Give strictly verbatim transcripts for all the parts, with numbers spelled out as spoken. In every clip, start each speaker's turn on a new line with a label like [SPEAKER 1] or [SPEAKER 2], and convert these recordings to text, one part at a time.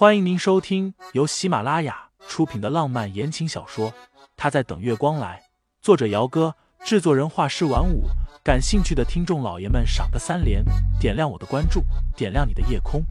[SPEAKER 1] 欢迎您收听由喜马拉雅出品的浪漫言情小说《他在等月光来》，作者姚哥，制作人画师晚舞。感兴趣的听众老爷们赏个三连，点亮我的关注，点亮你的夜空。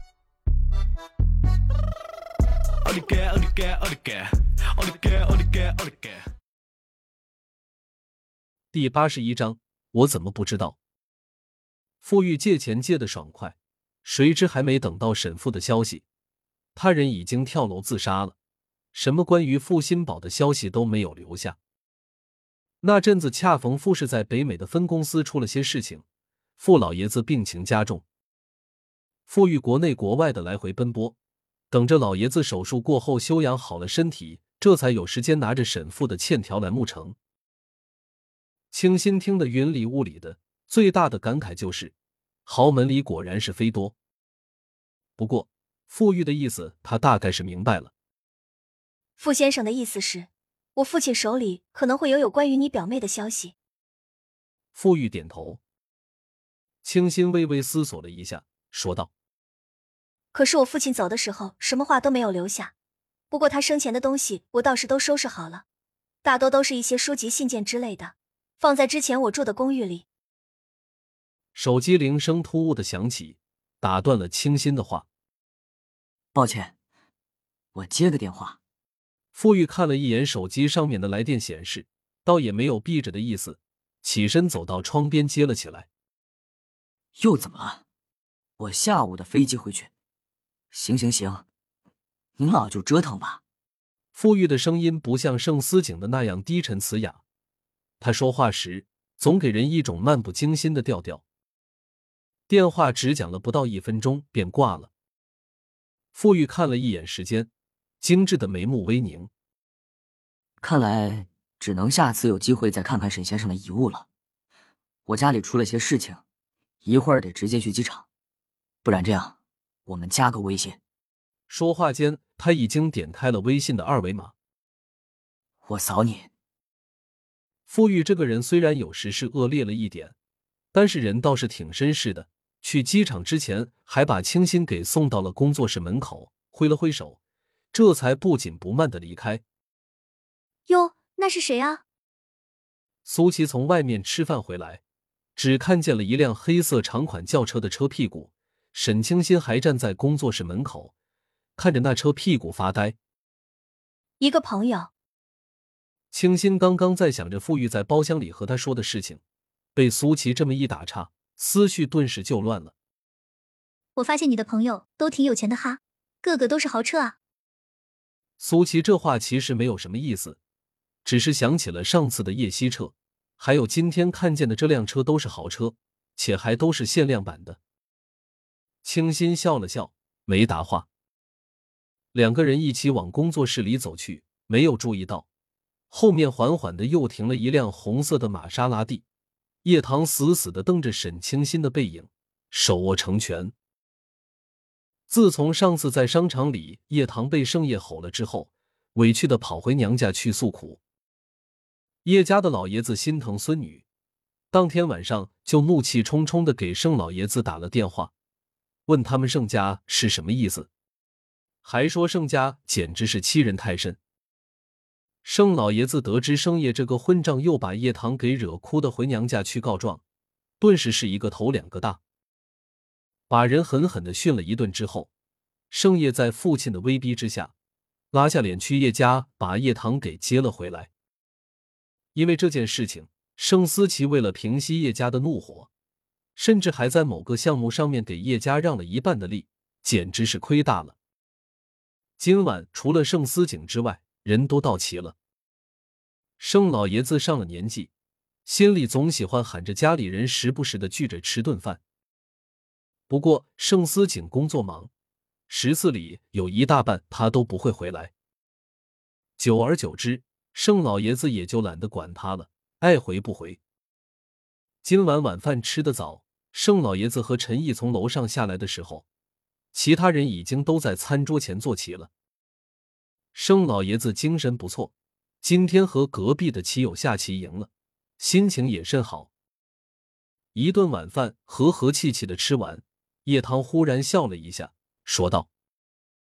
[SPEAKER 2] 第八十一章，我怎么不知道？傅玉借钱借得爽快，谁知还没等到沈父的消息，他人已经跳楼自杀了，什么关于傅新宝的消息都没有留下。那阵子恰逢傅氏在北美的分公司出了些事情，傅老爷子病情加重，傅玉国内国外的来回奔波，等着老爷子手术过后休养好了身体，这才有时间拿着沈父的欠条来沐城。清新听得云里雾里的，最大的感慨就是豪门里果然是非多。不过傅玉的意思他大概是明白了。
[SPEAKER 3] 傅先生的意思是，我父亲手里可能会有有关于你表妹的消息。
[SPEAKER 2] 傅玉点头。清新微微思索了一下，说道：
[SPEAKER 3] 可是我父亲走的时候什么话都没有留下，不过他生前的东西我倒是都收拾好了，大多都是一些书籍信件之类的，放在之前我住的公寓里。
[SPEAKER 2] 手机铃声突兀的响起，打断了清新的话。
[SPEAKER 4] 抱歉，我接个电话。
[SPEAKER 2] 傅玉看了一眼手机上面的来电显示，倒也没有避着的意思，起身走到窗边接了起来。
[SPEAKER 4] 又怎么了？我下午的飞机回去。行行行，您老就折腾吧。
[SPEAKER 2] 傅玉的声音不像盛思景的那样低沉慈雅，他说话时总给人一种漫不经心的调调。电话只讲了不到一分钟便挂了。傅玉看了一眼时间，精致的眉目微凝。
[SPEAKER 4] 看来只能下次有机会再看看沈先生的遗物了。我家里出了些事情，一会儿得直接去机场，不然这样我们加个微信。
[SPEAKER 2] 说话间他已经点开了微信的二维码。
[SPEAKER 4] 我扫你。
[SPEAKER 2] 傅玉这个人虽然有时是恶劣了一点，但是人倒是挺绅士的，去机场之前还把清新给送到了工作室门口，挥了挥手，这才不紧不慢地离开。
[SPEAKER 3] 哟，那是谁啊？
[SPEAKER 2] 苏琪从外面吃饭回来，只看见了一辆黑色长款轿车的车屁股，沈清新还站在工作室门口，看着那车屁股发呆。
[SPEAKER 3] 一个朋友。
[SPEAKER 2] 清新刚刚在想着傅玉在包厢里和他说的事情，被苏琪这么一打岔，思绪顿时就乱了。
[SPEAKER 5] 我发现你的朋友都挺有钱的哈，个个都是豪车啊。
[SPEAKER 2] 苏琪这话其实没有什么意思，只是想起了上次的夜袭车，还有今天看见的这辆车都是豪车，且还都是限量版的。清新笑了笑，没答话。两个人一起往工作室里走去，没有注意到后面缓缓的又停了一辆红色的玛莎拉蒂。叶棠死死地瞪着沈清新的背影，手握成拳。自从上次在商场里叶棠被盛夜吼了之后，委屈地跑回娘家去诉苦。叶家的老爷子心疼孙女，当天晚上就怒气冲冲地给盛老爷子打了电话，问他们盛家是什么意思，还说盛家简直是欺人太甚。盛老爷子得知盛夜这个混账又把叶棠给惹哭的回娘家去告状，顿时是一个头两个大，把人狠狠地训了一顿之后，盛夜在父亲的威逼之下，拉下脸去叶家把叶棠给接了回来。因为这件事情，盛思琪为了平息叶家的怒火，甚至还在某个项目上面给叶家让了一半的利，简直是亏大了。今晚除了盛思景之外，人都到齐了。盛老爷子上了年纪，心里总喜欢喊着家里人时不时的聚着吃顿饭。不过盛思景工作忙，十次里有一大半他都不会回来。久而久之，盛老爷子也就懒得管他了，爱回不回。今晚晚饭吃得早，盛老爷子和陈毅从楼上下来的时候，其他人已经都在餐桌前坐齐了。盛老爷子精神不错，今天和隔壁的棋友下棋赢了，心情也甚好。一顿晚饭和和气气的吃完，叶棠忽然笑了一下，说道：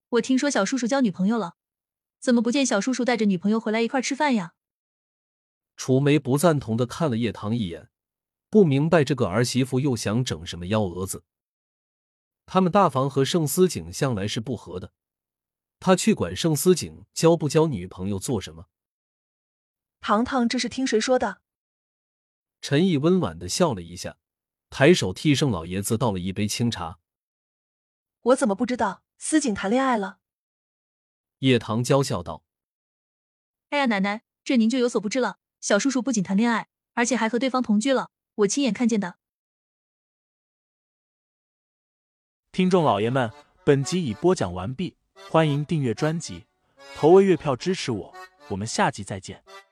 [SPEAKER 6] 我听说小叔叔交女朋友了，怎么不见小叔叔带着女朋友回来一块吃饭呀？
[SPEAKER 2] 楚梅不赞同的看了叶棠一眼，不明白这个儿媳妇又想整什么幺蛾子。他们大房和盛思景向来是不和的，他去管盛思景交不交女朋友做什么？
[SPEAKER 7] 糖糖这是听谁说的？
[SPEAKER 2] 陈毅温婉的笑了一下，抬手替盛老爷子倒了一杯清茶。
[SPEAKER 7] 我怎么不知道思景谈恋爱了？
[SPEAKER 2] 叶棠娇笑道：
[SPEAKER 6] 哎呀奶奶，这您就有所不知了，小叔叔不仅谈恋爱，而且还和对方同居了，我亲眼看见的。
[SPEAKER 1] 听众老爷们，本集已播讲完毕，欢迎订阅专辑，投喂月票支持我，我们下集再见。